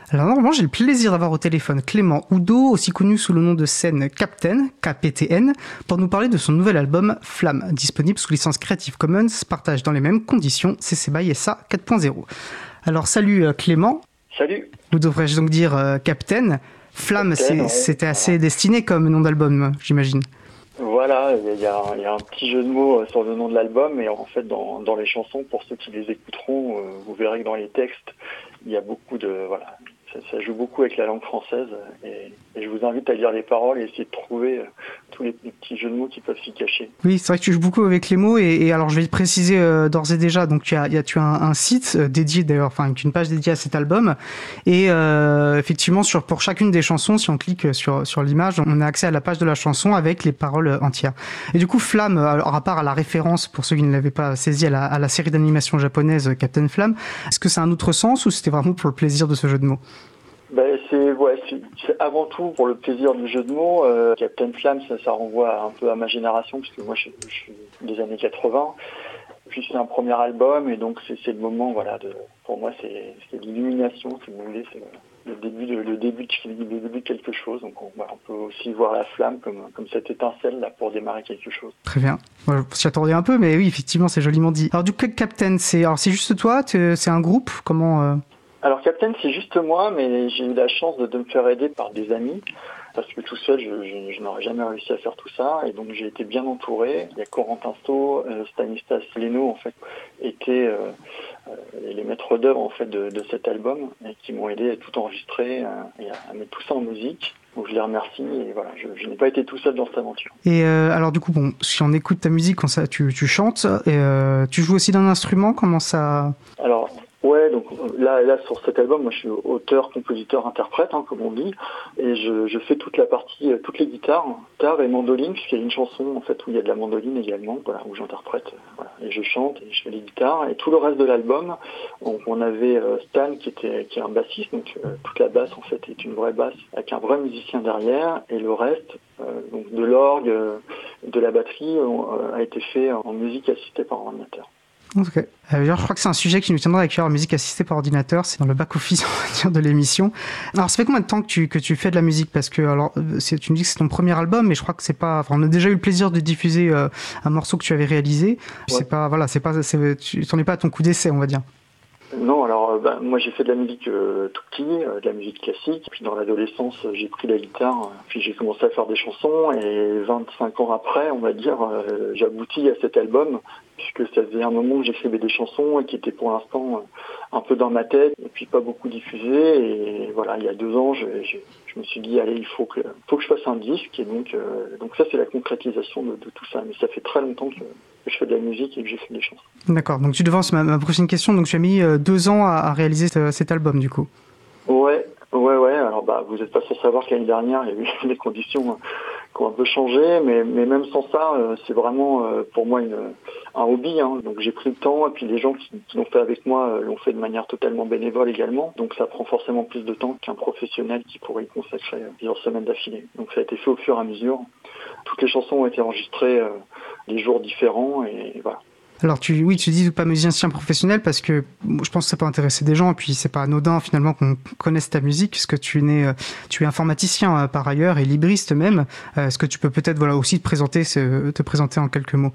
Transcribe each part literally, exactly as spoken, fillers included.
Alors normalement, j'ai le plaisir d'avoir au téléphone Clément Oudot, aussi connu sous le nom de scène Captain, K P T N, pour nous parler de son nouvel album Flamme, disponible sous licence Creative Commons, partage dans les mêmes conditions, C C by S A quatre point zéro. Alors salut Clément. Salut. Ou devrais-je donc dire euh, Captain. Flamme, Captain, c'est, ouais, c'était assez voilà. Destiné comme nom d'album, j'imagine. Voilà, il y, y a un petit jeu de mots sur le nom de l'album, et en fait dans, dans les chansons, pour ceux qui les écouteront, euh, vous verrez que dans les textes, il y a beaucoup de... voilà, ça, ça joue beaucoup avec la langue française, et, et je vous invite à lire les paroles et essayer de trouver euh, tous les, les petits jeux de mots qui peuvent s'y cacher. Oui, c'est vrai que tu joues beaucoup avec les mots, et, et alors je vais te préciser euh, d'ores et déjà, donc tu as, y a, tu as un, un site euh, dédié d'ailleurs, enfin avec une page dédiée à cet album, et euh, effectivement sur, pour chacune des chansons, si on clique sur, sur l'image, on a accès à la page de la chanson avec les paroles entières. Et du coup, Flamme, alors à part à la référence, pour ceux qui ne l'avaient pas saisi, à la, à la série d'animation japonaise Captain Flamme, est-ce que c'est un autre sens ou c'était vraiment pour le plaisir de ce jeu de mots? Ben c'est ouais, c'est, c'est avant tout pour le plaisir du jeu de mots. Euh, Captain Flamme, ça, ça renvoie un peu à ma génération, puisque moi je, je suis des années quatre-vingts. Puis c'est un premier album, et donc c'est, c'est le moment, voilà, de, pour moi c'est, c'est l'illumination, si vous voulez, c'est le début de, le début de, le début de quelque chose. Donc on, voilà, on peut aussi voir la flamme comme, comme cette étincelle là pour démarrer quelque chose. Très bien. Moi, je attendais un peu, mais oui, effectivement, c'est joliment dit. Alors du coup, Captain, c'est, alors c'est juste toi, c'est un groupe, comment euh... Alors Captain, c'est juste moi, mais j'ai eu la chance de, de me faire aider par des amis, parce que tout seul, je, je, je n'aurais jamais réussi à faire tout ça, et donc j'ai été bien entouré. Il y a Corentin Sto, euh, Stanislas Leno, en fait, étaient euh, euh, les maîtres d'œuvre en fait de, de cet album, et qui m'ont aidé à tout enregistrer euh, et à, à mettre tout ça en musique. Donc je les remercie, et voilà, je, je n'ai pas été tout seul dans cette aventure. Et euh, alors du coup, bon, si on écoute ta musique, quand ça, tu, tu chantes, et euh, tu joues aussi d'un instrument, comment ça... Alors, ouais, donc là, là sur cet album, moi je suis auteur, compositeur, interprète, hein, comme on dit, et je, je fais toute la partie, toutes les guitares, guitare et mandoline, puisqu'il y a une chanson en fait où il y a de la mandoline également, voilà, où j'interprète, voilà, et je chante et je fais les guitares, et tout le reste de l'album, on, on avait euh, Stan qui était qui est un bassiste, donc euh, toute la basse en fait est une vraie basse avec un vrai musicien derrière, et le reste, euh, donc de l'orgue, euh, de la batterie, euh, a été fait en musique assistée par ordinateur. Ok. Euh, je crois que c'est un sujet qui nous tiendra à cœur, la musique assistée par ordinateur. C'est dans le back-office, on va dire, de l'émission. Alors, ça fait combien de temps que tu, que tu fais de la musique? Parce que, alors, c'est, tu me dis que c'est ton premier album, mais je crois que c'est pas, enfin, on a déjà eu le plaisir de diffuser euh, un morceau que tu avais réalisé. Ouais. C'est pas, voilà, c'est pas, c'est, tu t'en es pas à ton coup d'essai, on va dire. Non, alors euh, bah, moi j'ai fait de la musique euh, tout petit, euh, de la musique classique, puis dans l'adolescence euh, j'ai pris la guitare, euh, puis j'ai commencé à faire des chansons, et vingt-cinq ans après, on va dire, euh, j'aboutis à cet album, puisque ça faisait un moment que j'écrivais des chansons et qui étaient pour l'instant euh, un peu dans ma tête, et puis pas beaucoup diffusées, et voilà, il y a deux ans, je, je, je me suis dit, allez, il faut que, faut que je fasse un disque, et donc, euh, donc ça c'est la concrétisation de, de tout ça, mais ça fait très longtemps que... que je fais de la musique et que j'ai fait des chansons. D'accord, donc tu devances ma, ma prochaine question, donc tu as mis euh, deux ans à, à réaliser ce, cet album du coup. Ouais, ouais, ouais, alors bah vous n'êtes pas sans savoir que l'année dernière, il y a eu des conditions euh, qui ont un peu changé, mais, mais même sans ça, euh, c'est vraiment euh, pour moi une, un hobby, hein. Donc j'ai pris le temps, et puis les gens qui, qui l'ont fait avec moi euh, l'ont fait de manière totalement bénévole également, donc ça prend forcément plus de temps qu'un professionnel qui pourrait y consacrer euh, plusieurs semaines d'affilée. Donc ça a été fait au fur et à mesure. Toutes les chansons ont été enregistrées euh, des jours différents, et, et voilà. Alors tu, oui, tu dis pas musicien professionnel parce que je pense que ça peut intéresser des gens, et puis c'est pas anodin finalement qu'on connaisse ta musique, parce que tu es né, tu es informaticien par ailleurs et libriste même. Est-ce que tu peux peut-être voilà aussi te présenter, te présenter en quelques mots?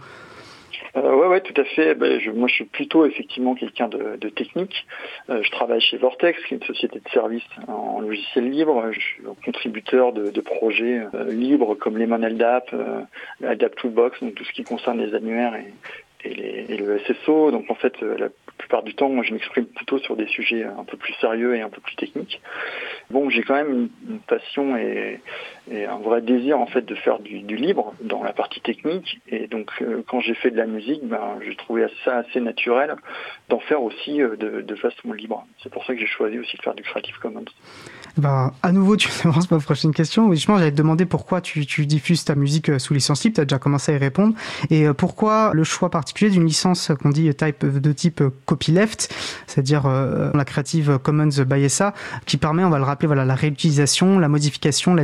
Euh, ouais, ouais, tout à fait. Ben, je, moi, je suis plutôt effectivement quelqu'un de, de technique. Euh, je travaille chez Vortex, qui est une société de services en logiciel libre. Je suis contributeur de, de projets euh, libres comme Lemon L D A P, euh, Adapt Toolbox, donc tout ce qui concerne les annuaires et, et, les, et le S S O. Donc en fait, la plupart du temps, moi, je m'exprime plutôt sur des sujets un peu plus sérieux et un peu plus techniques. Bon, j'ai quand même une, une passion et, et un vrai désir en fait de faire du, du libre dans la partie technique, et donc euh, quand j'ai fait de la musique, ben j'ai trouvé ça assez naturel d'en faire aussi euh, de, de façon libre. C'est pour ça que j'ai choisi aussi de faire du Creative Commons. Ben, à nouveau, tu devances ma prochaine question. Justement, j'allais te demander pourquoi tu, tu diffuses ta musique sous licence libre. Tu as déjà commencé à y répondre. Et pourquoi le choix particulier d'une licence qu'on dit type, de type copyleft, c'est-à-dire euh, la Creative Commons by S A, qui permet, on va le rappeler, voilà, la réutilisation, la modification, la diffusion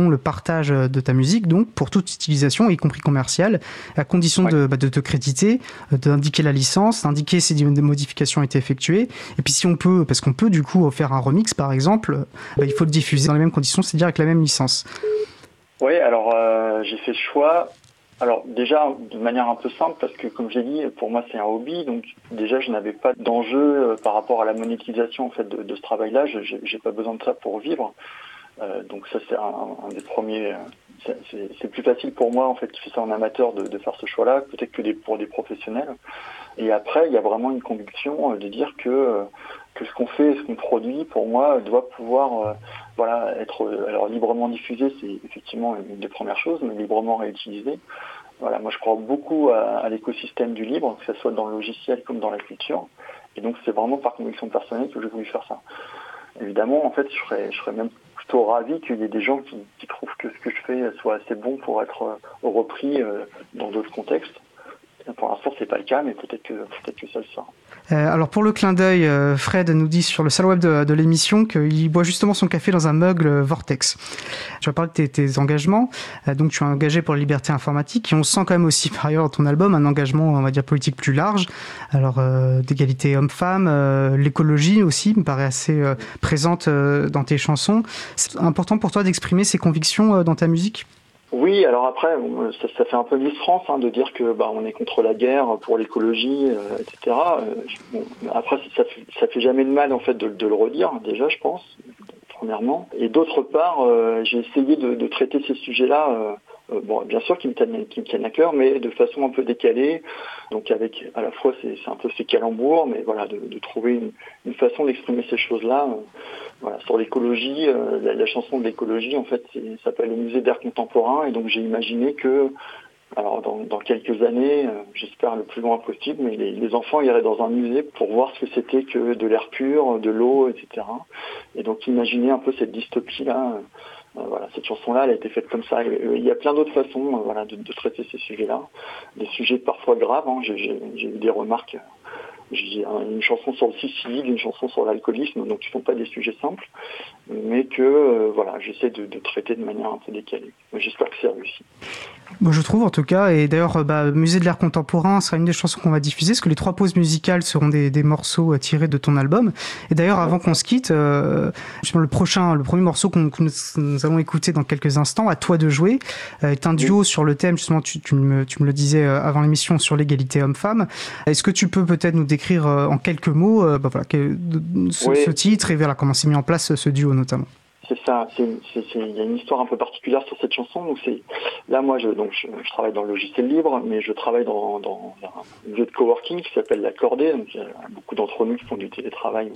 diffusion, le partage de ta musique, donc pour toute utilisation, y compris commerciale, à condition ouais. de, bah, de te créditer, d'indiquer la licence, d'indiquer si des modifications ont été effectuées. Et puis si on peut, parce qu'on peut du coup faire un remix par exemple, bah, il faut le diffuser dans les mêmes conditions, c'est-à-dire avec la même licence. Oui, alors euh, j'ai fait ce choix. Alors déjà de manière un peu simple parce que comme j'ai dit, pour moi c'est un hobby, donc déjà je n'avais pas d'enjeu euh, par rapport à la monétisation en fait de, de ce travail-là. Je, j'ai, j'ai pas besoin de ça pour vivre. Euh, donc ça c'est un, un des premiers. C'est, c'est, c'est plus facile pour moi en fait qui fait ça en amateur de, de faire ce choix-là, peut-être que des, pour des professionnels. Et après il y a vraiment une conviction euh, de dire que euh, que ce qu'on fait, ce qu'on produit, pour moi, doit pouvoir, euh, voilà, être euh, alors librement diffusé, c'est effectivement une des premières choses, mais librement réutilisé. Voilà, moi je crois beaucoup à, à l'écosystème du libre, que ce soit dans le logiciel comme dans la culture. Et donc c'est vraiment par conviction personnelle que j'ai voulu faire ça. Évidemment, en fait, je serais, je serais même plutôt ravi qu'il y ait des gens qui, qui trouvent que ce que je fais soit assez bon pour être euh, repris euh, dans d'autres contextes. Pour l'instant, c'est pas le cas, mais peut-être que, peut-être que ça le sera. Euh, alors pour le clin d'œil, euh, Fred nous dit sur le site web de, de l'émission qu'il boit justement son café dans un mug Vortex. Tu vas parler de tes, tes engagements, euh, donc tu es engagé pour la liberté informatique et on sent quand même aussi par ailleurs dans ton album un engagement, on va dire, politique plus large. Alors euh, d'égalité homme-femme, euh, l'écologie aussi me paraît assez euh, présente euh, dans tes chansons. C'est important pour toi d'exprimer ces convictions euh, dans ta musique ? Oui, alors après, ça, ça fait un peu Miss France hein, de dire que bah, on est contre la guerre, pour l'écologie, euh, et cetera. Euh, bon, après, ça fait, ça fait jamais de mal en fait de, de le redire déjà, je pense, premièrement. Et d'autre part, euh, j'ai essayé de, de traiter ces sujets-là. Euh, Euh, bon, bien sûr qu'ils me tiennent, qu'ils me tiennent à cœur, mais de façon un peu décalée. Donc avec, à la fois, c'est, c'est un peu ces calembours, mais voilà, de, de trouver une, une façon d'exprimer ces choses-là. Euh, voilà, sur l'écologie, euh, la, la chanson de l'écologie, en fait, c'est, ça s'appelle le Musée d'art contemporain, et donc j'ai imaginé que, alors dans, dans quelques années, euh, j'espère le plus loin possible, mais les, les enfants iraient dans un musée pour voir ce que c'était que de l'air pur, de l'eau, et cetera. Et donc imaginer un peu cette dystopie-là. Euh, Euh, voilà, cette chanson-là, elle a été faite comme ça. Et, euh, il y a plein d'autres façons, euh, voilà, de, de traiter ces sujets-là, des sujets parfois graves. Hein. J'ai, j'ai, j'ai eu des remarques. J'ai une chanson sur le suicide, une chanson sur l'alcoolisme, donc qui ne sont pas des sujets simples, mais que euh, voilà, j'essaie de, de traiter de manière un peu décalée. J'espère que c'est réussi. Bon, je trouve en tout cas, et d'ailleurs, bah, Musée de l'art contemporain sera une des chansons qu'on va diffuser, parce que les trois pauses musicales seront des, des morceaux tirés de ton album. Et d'ailleurs, avant qu'on se quitte, euh, le prochain, le premier morceau qu'on, que nous, nous allons écouter dans quelques instants, À toi de jouer, euh, est un duo oui. sur le thème, justement, tu, tu, me, tu me le disais avant l'émission, sur l'égalité homme-femme. Est-ce que tu peux peut-être nous décrire en quelques mots euh, bah voilà, que, de, ce, oui. ce titre et voilà, comment s'est mis en place ce duo notamment? C'est ça, c'est, c'est, c'est, il y a une histoire un peu particulière sur cette chanson. Donc c'est, là, moi, je, donc, je, je travaille dans le logiciel libre, mais je travaille dans, dans un lieu de coworking qui s'appelle l'Accordé. Donc il y a beaucoup d'entre nous qui font du télétravail.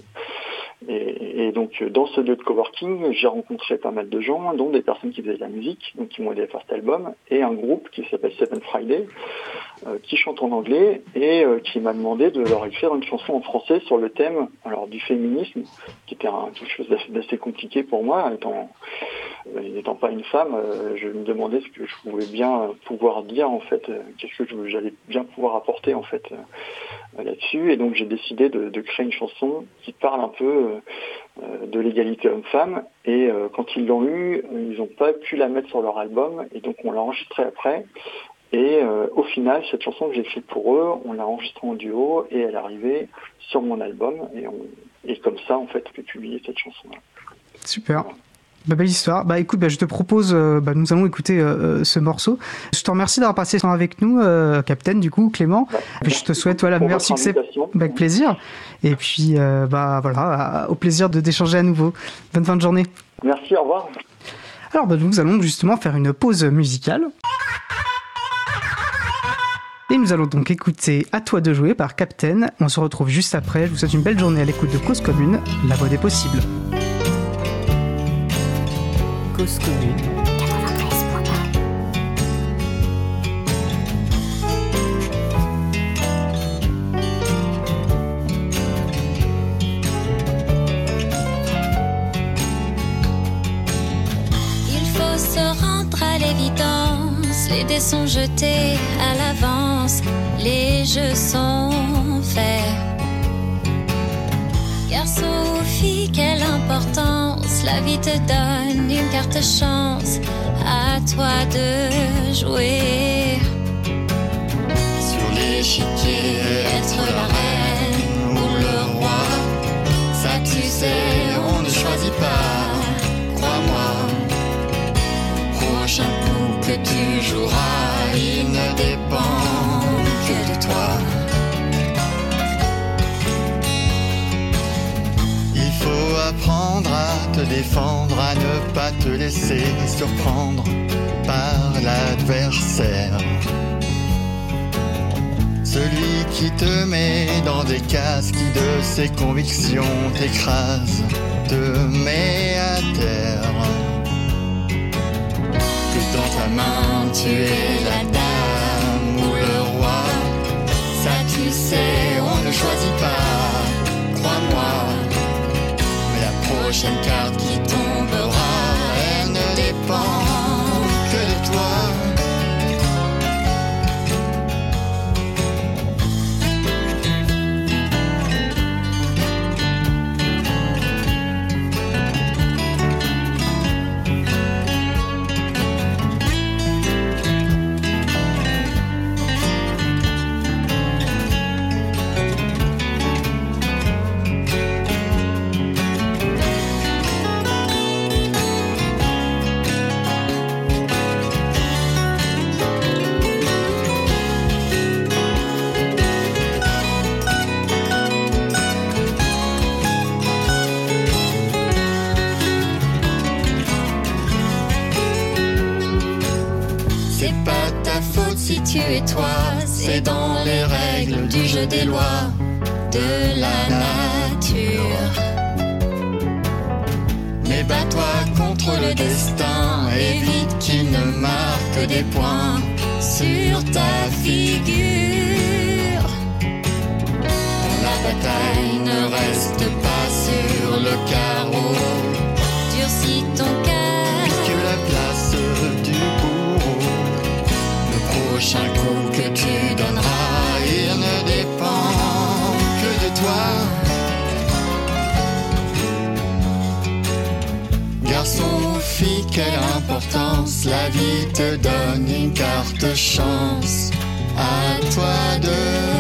Et, et donc, dans ce lieu de coworking, j'ai rencontré pas mal de gens, dont des personnes qui faisaient de la musique, donc qui m'ont aidé à faire cet album, et un groupe qui s'appelle Seven Friday, euh, qui chante en anglais et euh, qui m'a demandé de leur écrire une chanson en français sur le thème, alors, du féminisme, qui était un, quelque chose d'assez, d'assez compliqué pour moi, étant, euh, n'étant pas une femme. Euh, je me demandais ce que je pouvais bien pouvoir dire, en fait, euh, qu'est-ce que je, j'allais bien pouvoir apporter, en fait, euh, là-dessus. Et donc, j'ai décidé de, de créer une chanson qui parle un peu euh, de l'égalité homme-femme. Et euh, quand ils l'ont eu, ils n'ont pas pu la mettre sur leur album. Et donc, on l'a enregistrée après. Et euh, au final, cette chanson que j'ai écrite pour eux, on l'a enregistrée en duo et elle est arrivée sur mon album. Et, on, et comme ça, en fait, j'ai publié cette chanson-là. Super. Voilà. Bah, belle histoire. Bah écoute, bah, je te propose, euh, bah, nous allons écouter euh, ce morceau. Je te remercie d'avoir passé ce temps avec nous, euh, Captain, du coup, Clément. Ouais, et je te souhaite voilà, meilleur succès. Bah, avec plaisir. Et puis, euh, bah voilà, au plaisir de d'échanger à nouveau. Bonne fin de journée. Merci, au revoir. Alors, bah, nous allons justement faire une pause musicale. Et nous allons donc écouter À toi de jouer par Captain. On se retrouve juste après. Je vous souhaite une belle journée à l'écoute de Cause Commune, la voix des possibles. Cause Commune quatre-vingt-treize point un. Il faut se rendre à l'évidence, les dés sont jetés à l'avance, les jeux sont faits. Garçon ou fille, quelle importance, la La vie te donne une carte chance, à toi de jouer. Sur l'échiquier, être la reine ou le roi, ça tu sais, on ne choisit pas, crois-moi. Prochain coup que tu joueras, il ne dépend que de toi. Il faut apprendre à te défendre, à ne pas te laisser surprendre par l'adversaire. Celui qui te met dans des cases, qui de ses convictions t'écrase, te met à terre. Que dans ta main tu es la dame ou le roi, ça tu sais, on ne choisit pas, crois-moi. Mais la prochaine carte qui tombera, elle ne dépend que de toi. Si tu es toi, c'est dans les règles du jeu des lois de la nature. Mais bats-toi contre le destin, évite qu'il ne marque des points sur ta figure. La bataille ne reste pas sur le carreau, durcis ton cœur, que la place du bourreau. Le prochain coup que tu donneras, il ne dépend que de toi. Garçon ou fille, quelle importance, la vie te donne une carte chance, à toi de